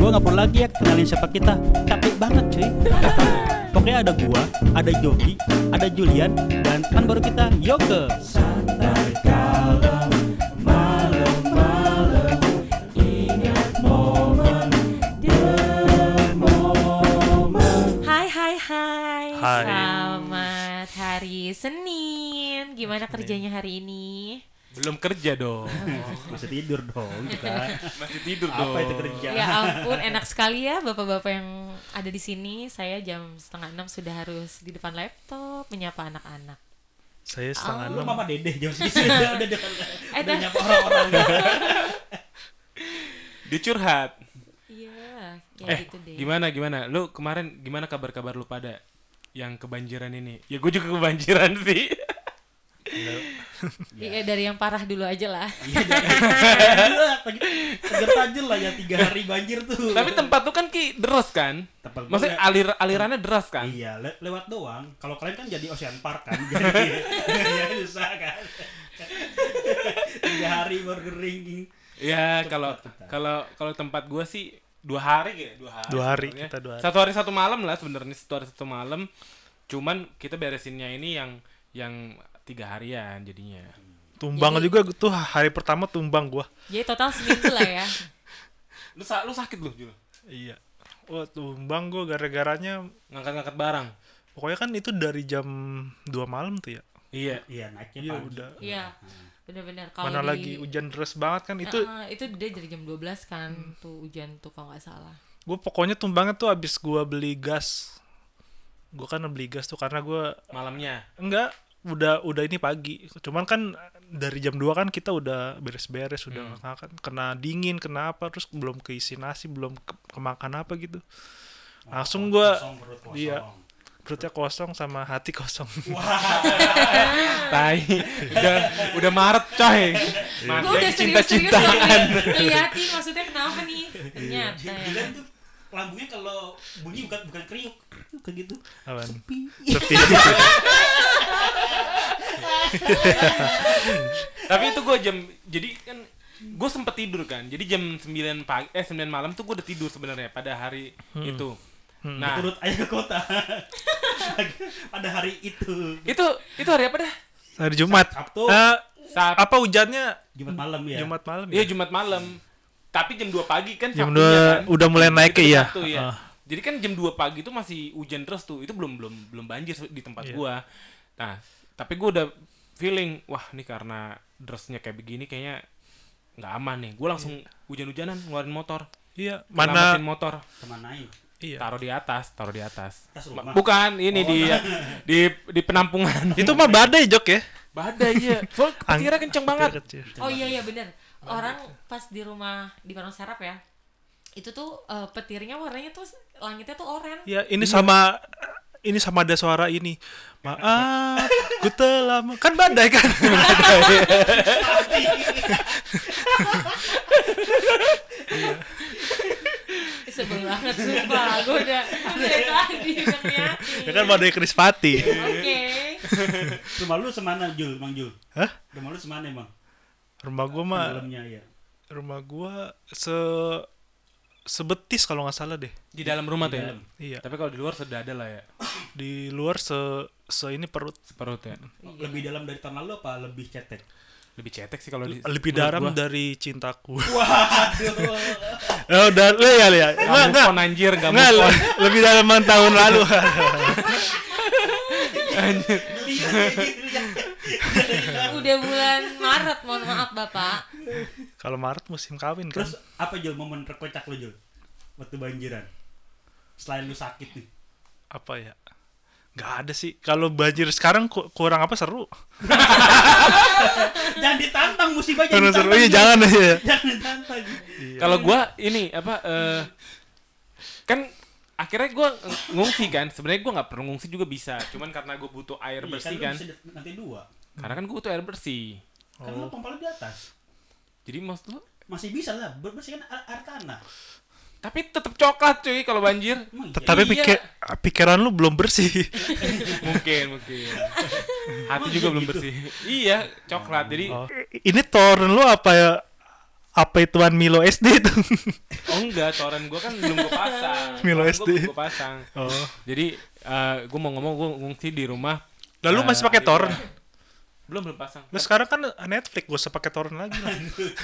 Gua nggak perlu lagi ya kenalin siapa kita. Capek banget cuy. Pokoknya ada gua, ada Jogi, ada Julian, dan teman baru kita Yoke. Santai kalem, malam-malam, ingat momen, the moment. Hai. Hai. Selamat hari Senin. Gimana kerjanya hari ini? Belum kerja dong. Masih tidur dong kita. Masih tidur dong. Apa itu kerja? Ya ampun, enak sekali ya bapak-bapak yang ada di sini. Saya jam 5:30 sudah harus di depan laptop menyapa anak-anak. Saya setengah Lu enam. mama dedeh jauh sih. Udah dah. nyapa orang-orang. Dia curhat. Iya, ya gitu deh. Gimana? Lu kemarin gimana kabar-kabar lu pada yang kebanjiran ini? Ya gue juga kebanjiran sih. Iya, dari yang parah dulu aja lah. Iya, seger tajel lah ya 3 hari banjir tuh. Tapi tempat tuh kan deras kan? Tempat gua Maksudnya alirannya deras kan? Iya, lewat doang. Kalau kalian kan jadi Ocean Park kan. Jadi ya susah kan. 3 hari baru kering. Ya Cepat. kalau tempat gua sih 2 hari kayak 2 hari. Dua hari, sebenarnya. kita 2 hari. 1 hari 1 malam lah sebenarnya, 1 hari 1 malam. Cuman kita beresinnya ini yang 3 harian jadinya. Tumbang Jadi- juga tuh hari pertama tumbang gua. Jadi total seminggu lah ya. Lu sakit lu, Jul? Iya. Wah, tumbang gua gara-garanya Ngangkat-ngangkat barang. pokoknya kan itu dari jam 2 malam tuh ya. Iya. Iya, naiknya Iya, pagi. udah. Iya, benar-benar. Kalau Mana di- lagi hujan deras banget kan itu. itu dia dari jam 12 kan tuh hujan tuh kalau nggak salah. Gua pokoknya tumbangnya tuh abis gua beli gas. Gua kan beli gas tuh karena gua Malamnya. enggak udah ini pagi. Cuman kan dari jam 2 kan kita udah beres-beres, udah makan, kena dingin, kena apa, terus belum keisi nasi, belum kemakan apa gitu. Langsung gua Kosong, perut kosong. iya. Perutnya kosong sama hati kosong. Tai. udah Maret coy. Gue Masih udah cinta-cintaan. ngeliatin maksudnya kenapa nih ternyata ya. Gila itu lambungnya kalau bunyi bukan kriuk kayak gitu. Apaan? Sepi. Sepi. Tapi itu gue jadi kan gue sempet tidur kan. Jadi jam 9 pagi 9 malam tuh gue udah tidur sebenarnya pada hari itu. Nah, Turut ayah ke kota. Pada hari itu. itu hari apa dah? Hari Jumat. Sabtu. Apa hujannya Jumat malam ya. Jumat malam Iya ya? Jumat malam. Tapi jam 2 pagi kan Jam Sabtunya 2 kan. udah mulai naik Itu ya. Sabtu, ya. Jadi kan jam 2 pagi itu masih hujan terus tuh. Itu belum banjir di tempat Iya. gua. Nah, tapi gua udah feeling, wah ini karena derasnya kayak begini kayaknya nggak aman nih. Gua langsung hujan-hujanan ngeluarin motor. Iya, Nyelamatin mana motor. Kemanain? iya. Taruh di atas. Tas rumah. Bukan, ini di penampungan. Itu mah badai, Jok ya. Badai ya. Soalnya petirnya kenceng banget. Kecil. Oh iya benar. Orang pas di rumah di Parang Serap ya. Itu tuh petirnya warnanya tuh langitnya tuh oranye. Ya, ini sama ada suara ini. Maaf, ku telah kan badai kan. Sebel banget sumpah. Gue udah dari tadi udah ngeliatin. Ya kan badai Krispati. Oke. Rumah lu semana Jul, Mang Jul? Hah? Rumah lu semana emang? Rumah gua mah Dalamnya ya. rumah gua sebetis kalau nggak salah deh. Di dalam rumah Di tuh ya. dalam. Iya. Tapi kalau di luar sudah ada lah ya. Di luar se ini perut. Perut ya. Lebih dalam dari tahun lalu apa lebih cetek? Lebih cetek sih kalau di Lebih menurut dalam gua. dari cintaku. Waduh. Ya udah, ya. Nggak move on anjir, nggak Nggak, move on. lebih dalam tahun lalu. Udah bulan Maret, mohon maaf Bapak. Kalau Maret musim kawin kan. Terus apa Jul momen terkocak lu Jul? Waktu banjiran. Selain lu sakit nih. Apa ya? Nggak ada sih. Kalau banjir sekarang kurang apa seru. Jangan ditantang musibah Kurang jangan seru. ditantang. Iya, jangan ya. Jangan ditantang. Kalau gua ini apa kan akhirnya gua ngungsi kan. Sebenarnya gua nggak perlu ngungsi juga bisa. Cuman karena gua butuh air Iya, bersih lu kan. bisa nanti 2. Karena kan gua butuh air bersih. Kan lu pompa lu di atas. Jadi maksud lu Masih bisa lah bersihkan air tanah. tapi tetap coklat cuy kalau banjir. Emang iya? Tapi Iya. pikiran lu belum bersih. mungkin. Hati juga belum bersih. Iya, coklat. Jadi Oh. Ini toren lu apa ya? apa ituan Milo SD itu? Oh enggak, torrent gue kan belum gue pasang. Milo Torrent SD. gua belum gue pasang. Oh. Jadi gue mau ngomong gue ngungsi di rumah. Lalu masih pakai adik torrent? gua. Belum pasang. Lah sekarang kan Netflix, gak usah pakai torrent lagi lah.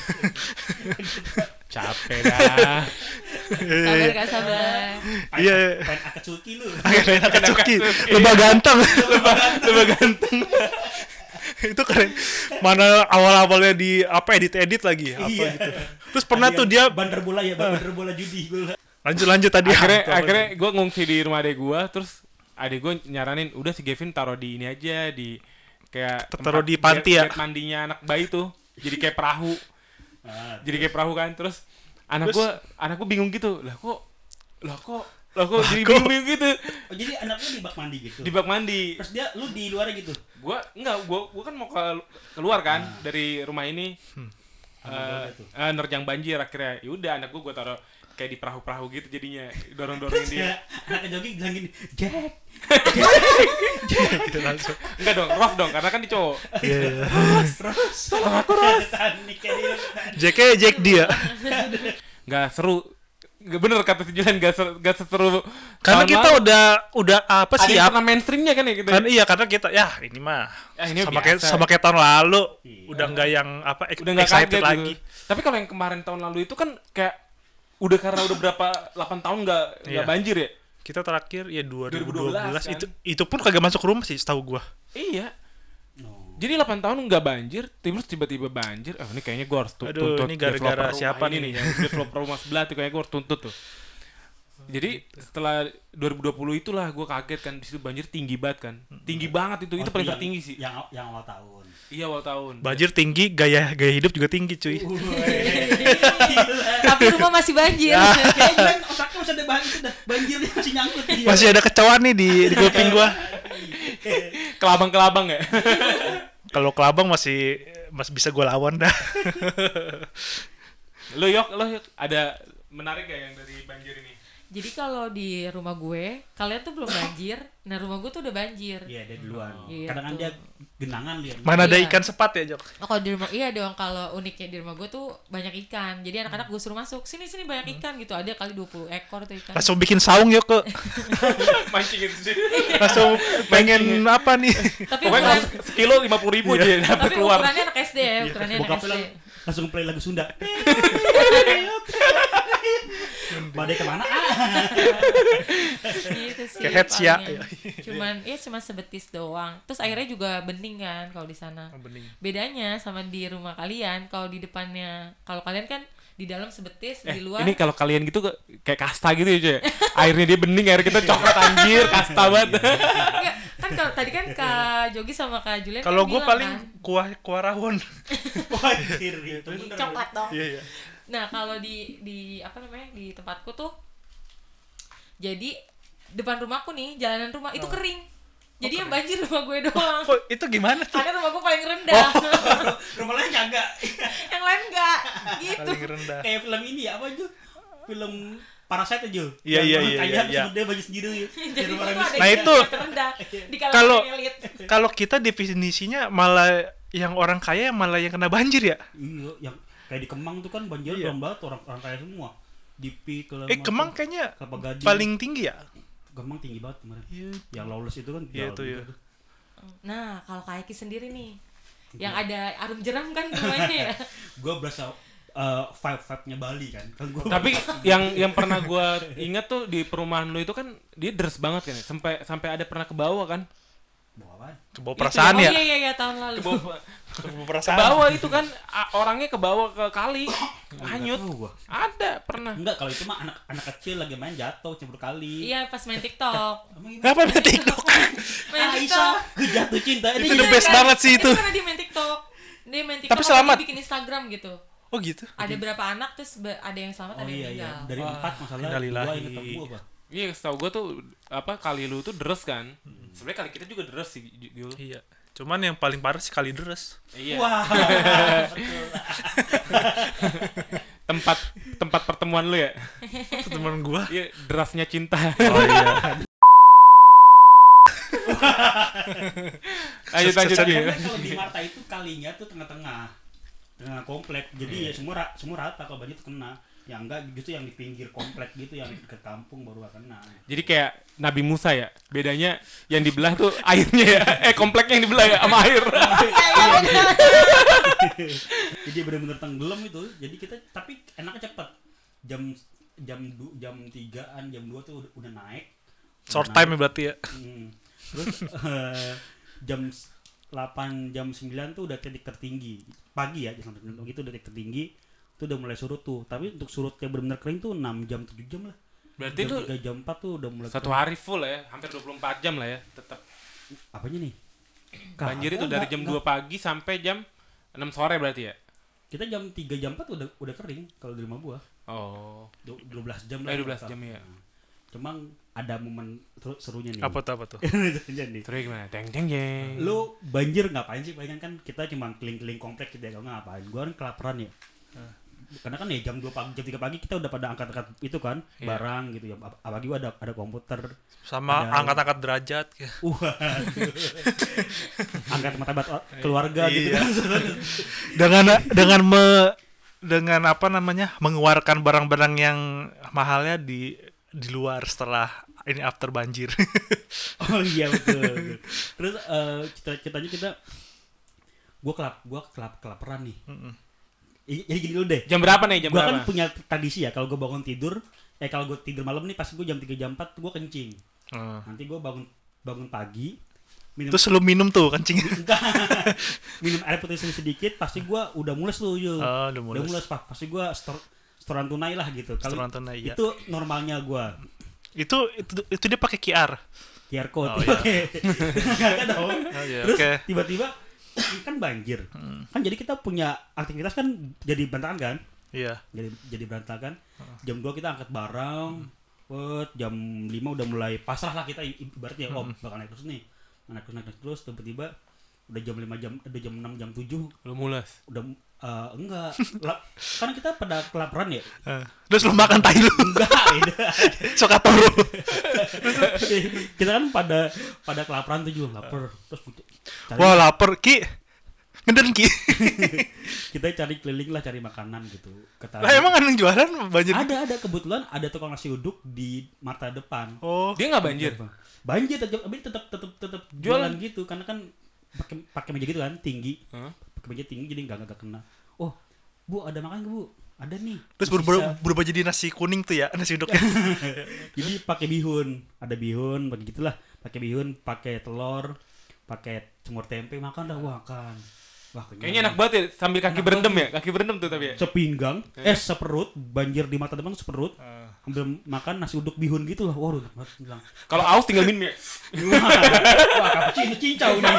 Capek dah. Sabar Kak, sabar. Iya. Pengen Akatsuki lu. Kayak Akatsuki, lebah ganteng. Lebih ganteng. Itu keren. Mana awal-awalnya di apa edit lagi apa Iya. gitu. Terus pernah tuh dia bandar bola ya, bandar bola judi gua. lanjut tadi. akhirnya gue ngungsi di rumah adek gue, terus adek gue nyaranin udah si Gavin taruh di ini aja, di kayak Taruh tempat di panti ya? bed mandinya anak bayi tuh, jadi kayak perahu. Ah, Jadi kayak perahu kan. Terus anak gue bingung gitu, lah kok jadi kok? bingung gitu oh, jadi anaknya di bak mandi gitu. di bak mandi. Terus dia lu di luar gitu. Gue kan mau keluar kan dari rumah ini. Sama tuh. Nerjang banjir akhirnya. Ya udah anak gue taruh kayak di perahu-perahu gitu, jadinya dorong-dorongin dia. Ya, anaknya jogging bilang gini, Jack. Gitu langsung. Enggak dong, rough dong karena kan di cowok. Iya. Tolong aku Ros. Nikah dia. Jack dia. Nggak seru. Nggak bener kata si Julian, nggak seseru. Karena tahun kita lalu. udah apa ada sih yang ya? pernah mainstreamnya kan ya gitu. Kan iya karena kita ya ini mah Ini sama kayak tahun lalu Iya. udah nggak yang apa Udah nggak excited kaget lagi. gitu. Tapi kalau yang kemarin tahun lalu itu kan kayak udah karena udah berapa 8 tahun nggak Iya. banjir ya. Kita terakhir ya 2012 kan? itu pun kagak masuk rumah sih setahu gua. Iya. No. Jadi 8 tahun nggak banjir, terus tiba-tiba banjir. Ini kayaknya gue harus Aduh, tuntut ini gara-gara developer siapa rumah ini nih? yang developer rumah sebelah tuh, kayaknya gue harus tuntut tuh. Jadi setelah 2020 itulah gue kaget kan, di situ banjir tinggi banget kan. Tinggi banget itu Oh, paling yang- tertinggi sih. Yang awal tahun. Iya awal tahun. Banjir tinggi, gaya hidup juga tinggi cuy. Tapi rumah masih banjir. Kayaknya otaknya masih ada itu dah. Banjirnya masih nyangkut dia. Masih ada kecoa nih di kuping gua. Kelabang-kelabang ya. Kalau kelabang masih bisa gua lawan dah. Lo yok ada menarik gak yang dari banjir ini? Jadi kalau di rumah gue, kalian tuh belum banjir. Nah, rumah gue tuh udah banjir. Iya, dia duluan. Iya, Kadang kan betul. dia genangan lihat. Mana ada Iya. ikan sepat ya, Jok? Oh, kalau di rumah iya dong, kalau uniknya di rumah gue tuh banyak ikan. Jadi anak-anak gue suruh masuk. Sini banyak ikan gitu. Ada kali 20 ekor tuh ikan. Langsung bikin saung yuk ke. Mancing itu sih. Langsung pengen apa nih? Tapi Pokoknya ukuran, kalau sekilo 50.000 aja dapat tapi keluar. ukurannya anak SD ya, ukurannya anak Bokapnya SD. langsung play lagu Sunda. Badai kemana? Gitu sih. Kayak heads ya. palingan. Cuman sebetis doang. Terus airnya juga bening kan kalau di sana. Bedanya sama di rumah kalian, kalau di depannya, kalau kalian kan di dalam sebetis, di luar. Ini kalau kalian gitu kayak kasta gitu ya, cuy. Airnya dia bening, air kita coklat anjir, kasta banget. Enggak, kan kalau tadi kan Kak Jogi sama Kak Julian Kalau kan gua bilang paling kan, kuah rawon. Wajir itu. coklat dong. Iya. Nah, kalau di apa namanya? Di tempatku tuh jadi depan rumahku nih, jalanan rumah itu kering. Jadi yang banjir rumah gue doang. Kok itu gimana tuh? Karena rumah gue paling rendah. Rumah lain kagak. Yang lain enggak. Gitu. Paling rendah. Kayak film ini apa itu? Film Parasite aja. Iya, iya, iya, Kayak iya. dia baju sendiri. Jadi Di rumah orang itu ada miskin. Nah, yang itu. terendah di kalangan Kalau elit. kalau kita definisinya malah yang orang kaya malah yang kena banjir ya. Iya, yang kayak di Kemang tuh kan banjir Iya. belum banget orang kaya semua. Di Kemang kayaknya Kelapa Gading. paling tinggi ya. Kemang tinggi banget kemarin. Iya. Yang lawless itu kan Iya, jauh itu ya. gitu. Nah, kalau Kak Eki sendiri nih, yang ada arum jeram kan rumahnya ya. Gua berasa vibe-nya Bali kan. Kan gua Tapi yang pernah gua ingat tuh di perumahan lu itu kan dia deres banget kan ya? Sampai ada pernah ke bawah kan? bawa apaan? Kebawa perasaan Oh ya. iya tahun lalu. Kebawa Ke perasaan. bawah itu kan orangnya ke bawah ke kali. Hanyut. Nggak tahu gua. Ada pernah. Enggak, kalau itu mah anak kecil lagi main jatuh cebur kali. Iya, pas main TikTok. Emang gimana? Kenapa main TikTok? Main Aisyah, TikTok. gue jatuh cinta. Itu Ini the best banget sih itu. Karena dia main TikTok. Dia main TikTok Tapi sama selamat. dia bikin Instagram gitu. Oh gitu. Ada berapa anak terus ada yang selamat, Oh ada yang iya iya. meninggal. Dari Wah, 4 masalah innalillahi. 2 inget gua apa? Iya, setahu gua tuh apa kali lu tuh deres kan. Sebenarnya kali kita juga deres sih, Jul. Iya. Cuman yang paling parah sih kali deres. Iya. Wah. Tempat pertemuan lu ya. Itu teman gua. Iya, derasnya cinta. Oh iya. Lanjut Set-set Ji. Karena kalau di Marta itu kalinya tuh tengah-tengah. tengah komplek. Jadi ya semua rata kalau banjir tuh kena. Yang enggak gitu yang di pinggir komplek gitu yang ke kampung baru gak kena. Jadi kayak Nabi Musa ya. Bedanya yang dibelah tuh airnya ya. Kompleknya yang dibelah ya sama air. Jadi benar-benar tenggelam itu. Jadi kita tapi enaknya cepet. Jam 3-an, jam 2 tuh udah naik. Short time ya berarti ya. Terus jam 8, jam 9 tuh udah titik tertinggi. Pagi ya, jam 9 gitu udah titik tertinggi. Itu udah mulai surut tuh. Tapi untuk surutnya benar-benar kering tuh 6 jam 7 jam lah. Berarti jam itu 3 jam 4 tuh udah mulai satu kering. hari full ya, hampir 24 jam lah ya, tetap. Apanya nih? Banjir itu dari jam 2 pagi sampai jam 6 sore berarti ya? Kita jam 3 jam 4 udah kering kalau di rumah gua. Oh. 12 jam lah. 12 jam ya. Cuma ada momen serunya nih. Apa tuh? Jadi Terus gimana? Deng deng deng. lu banjir ngapain sih? Palingan kan kita cuma keliling-keliling komplek gitu ya, kalau ngapain. Gua kan kelaparan ya. Karena kan ya jam 2 pagi, jam 3 pagi kita udah pada angkat-angkat itu kan, barang gitu ya. Apalagi gua ada komputer Sama angkat-angkat derajat ya. angkat martabat keluarga gitu kan. dengan apa namanya? Mengeluarkan barang-barang yang mahalnya di luar setelah ini after banjir. Oh iya betul. Terus ceritanya kita gua kelaparan nih. Jadi gini dulu deh. Jam berapa nih? Jam Gua berapa? kan punya tradisi ya, kalau gua bangun tidur, kalau gua tidur malam nih pasti gua jam 3 jam 4 gua kencing. Nanti gua bangun pagi, Terus lu minum tuh kencingnya. minum air putih sedikit, pasti gua udah mules tuh. Oh, udah Udah mules pasti gua setoran tunai lah gitu. Kalau Setoran tunai, iya. itu normalnya gua. Itu dia pakai QR. QR code. Oh, iya. Oke. Enggak dong. Oh, iya, Terus oke. tiba-tiba kan banjir. Kan jadi kita punya aktivitas kan jadi berantakan kan? Iya. Jadi berantakan. Jam 2 kita angkat barang. Jam 5 udah mulai pasrah lah kita ibaratnya. Bakal naik terus nih. Naik terus tiba-tiba udah jam 5 udah jam 6 jam 7 Lu mules. udah enggak. Kan kita pada kelaparan ya. Terus lu makan tai lu. Enggak, Sokatoro. kita kan pada kelaparan tuh juga lapar. Terus Wah, lapar Ki. Ngeden Ki. kita cari keliling lah, cari makanan gitu. Lah emang ada yang jualan banjir? Ada kebetulan ada tukang nasi uduk di Marta depan. Oh. Dia nggak banjir. Banjir tetap jualan gitu karena kan pakai meja gitu kan tinggi. Pakai meja tinggi jadi enggak kena. Oh, Bu, ada makan enggak, Bu? Ada nih. Terus berubah jadi nasi kuning tuh ya, nasi uduknya. Jadi pakai bihun, ada bihun, pakai gitulah. Pakai bihun, pakai telur, pakai semur tempe, makan dah, wah kan. Wah, Kayaknya enak banget ya sambil kaki berendam ya. Kaki berendam tuh tapi ya. Sepinggang, seperut, banjir di mata depan tuh seperut. Ambil makan nasi uduk bihun gitu lah. Waduh, enak banget bilang. Kalau aus tinggal minum ya. Wah, cappuccino cincau nih.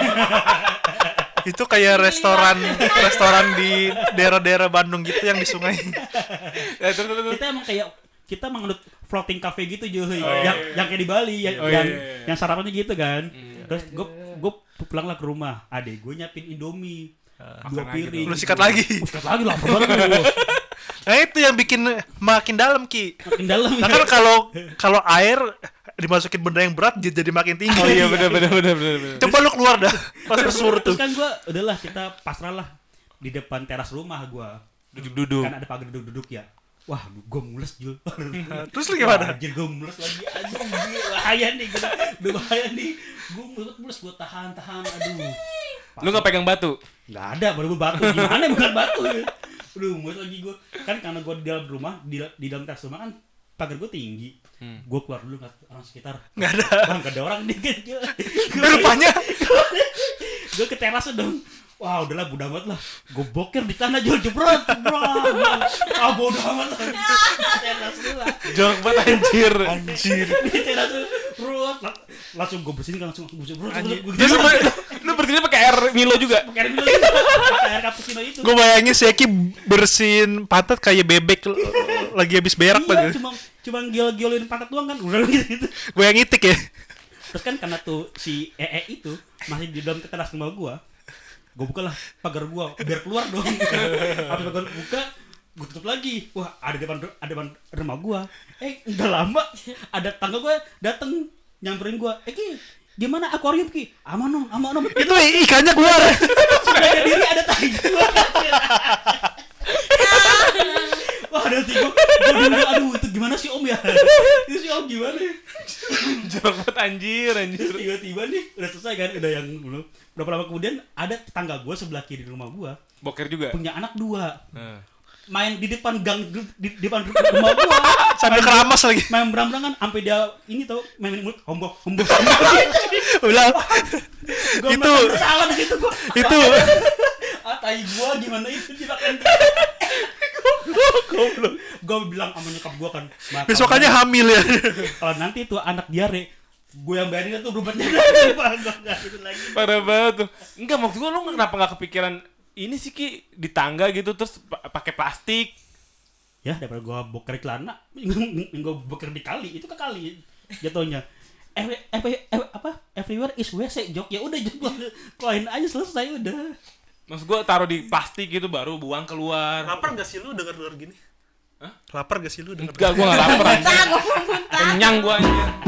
Itu kayak restoran di daerah-daerah Bandung gitu yang di sungai. Terus. Kita menganut floating cafe gitu Joy. Yang kayak di Bali yang sarapannya gitu kan. Terus gue pulanglah ke rumah. Adek gue nyiapin Indomie 2 piring. Lu sikat lagi. Sikat lagi lapar banget lu. Nah, itu yang bikin makin dalam Ki. Makin dalam. Nah kan kalau air dimasukin benda yang berat jadi makin tinggi. Oh iya benar. Coba lu keluar dah. Pas surut tuh. Terus kan gue udahlah kita pasrah lah di depan teras rumah gue. Duduk-duduk. Kan ada pagar duduk-duduk ya. Wah, gue mules Jul. Terus lu gimana? Anjir, gue mules lagi. Aduh, bahaya nih. Udah bahaya nih. Gue mules, gue tahan. Aduh. Lu nggak pegang batu? Nggak ada, baru batu. Gimana bukan batu? Aduh, mules lagi gue. Kan karena gue di dalam rumah, di dalam teras rumah kan pagar gue tinggi. Gue keluar dulu ngeliat orang sekitar. Nggak ada. Wah, nggak ada orang dikit. Rupanya Gue ke teras dong. Wah, udahlah, bodo amat lah. Gue boker di tanah, jebrot. Bodo amat lah. Teras gue lah. Jorok banget anjir. Di teras gue, langsung gue bersihin kan, langsung gue bersihin. Terus lu bersihin pakai air Milo juga? Pakai air minum itu, pakai air cappuccino itu. gue bayangin si Eki bersihin pantat kayak bebek lagi habis berak Iya, banget. cuma giol-giolin pantat doang kan, udah gitu. Gue yang itik ya. Terus kan karena tuh si itu masih di dalam teras rumah gue buka lah pagar gue biar keluar dong. Habis pagar buka, gue tutup lagi. Wah, ada depan rumah gue. Nggak lama ada tangga gue dateng nyamperin gue. Ki, gimana akuarium Ki? Aman om. Itu ikannya keluar. Sudah ada diri ada tai gua. Wah, ada tiga. Gua bilang, aduh itu gimana sih om ya? Itu si om gimana? Jorok banget anjir. Terus tiba-tiba nih udah selesai kan, udah yang belum. Berapa lama kemudian ada tetangga gua sebelah kiri rumah gua Boker juga. punya anak 2. Nah. Main di depan gang di depan rumah gua. Sampai keramas lagi. Main berang-berangan sampai dia ini tau main mulut hombok. Ulang. Gua Itu. salah di situ gua. Itu. Tai gua gimana itu dilakukan. Goblok. Gua bilang sama nyokap gua kan. Besokannya hamil ya. Kalau nanti itu anak diare, gue yang bayarin itu berobatnya. Parah banget tuh. Enggak, maksud gua lu kenapa enggak kepikiran ini sih Ki di tangga gitu terus pakai plastik. Ya daripada gua boker di celana, gua boker di kali, itu ke kali jatuhnya. Everywhere is WC jok. Ya udah jok, keluarin aja selesai udah. Maksud gua taruh di plastik gitu baru buang keluar. Lapar gak sih lu denger gini? Hah? Lapar gak sih lu denger? Enggak, gua enggak lapar anjir. Kenyang gua anjir.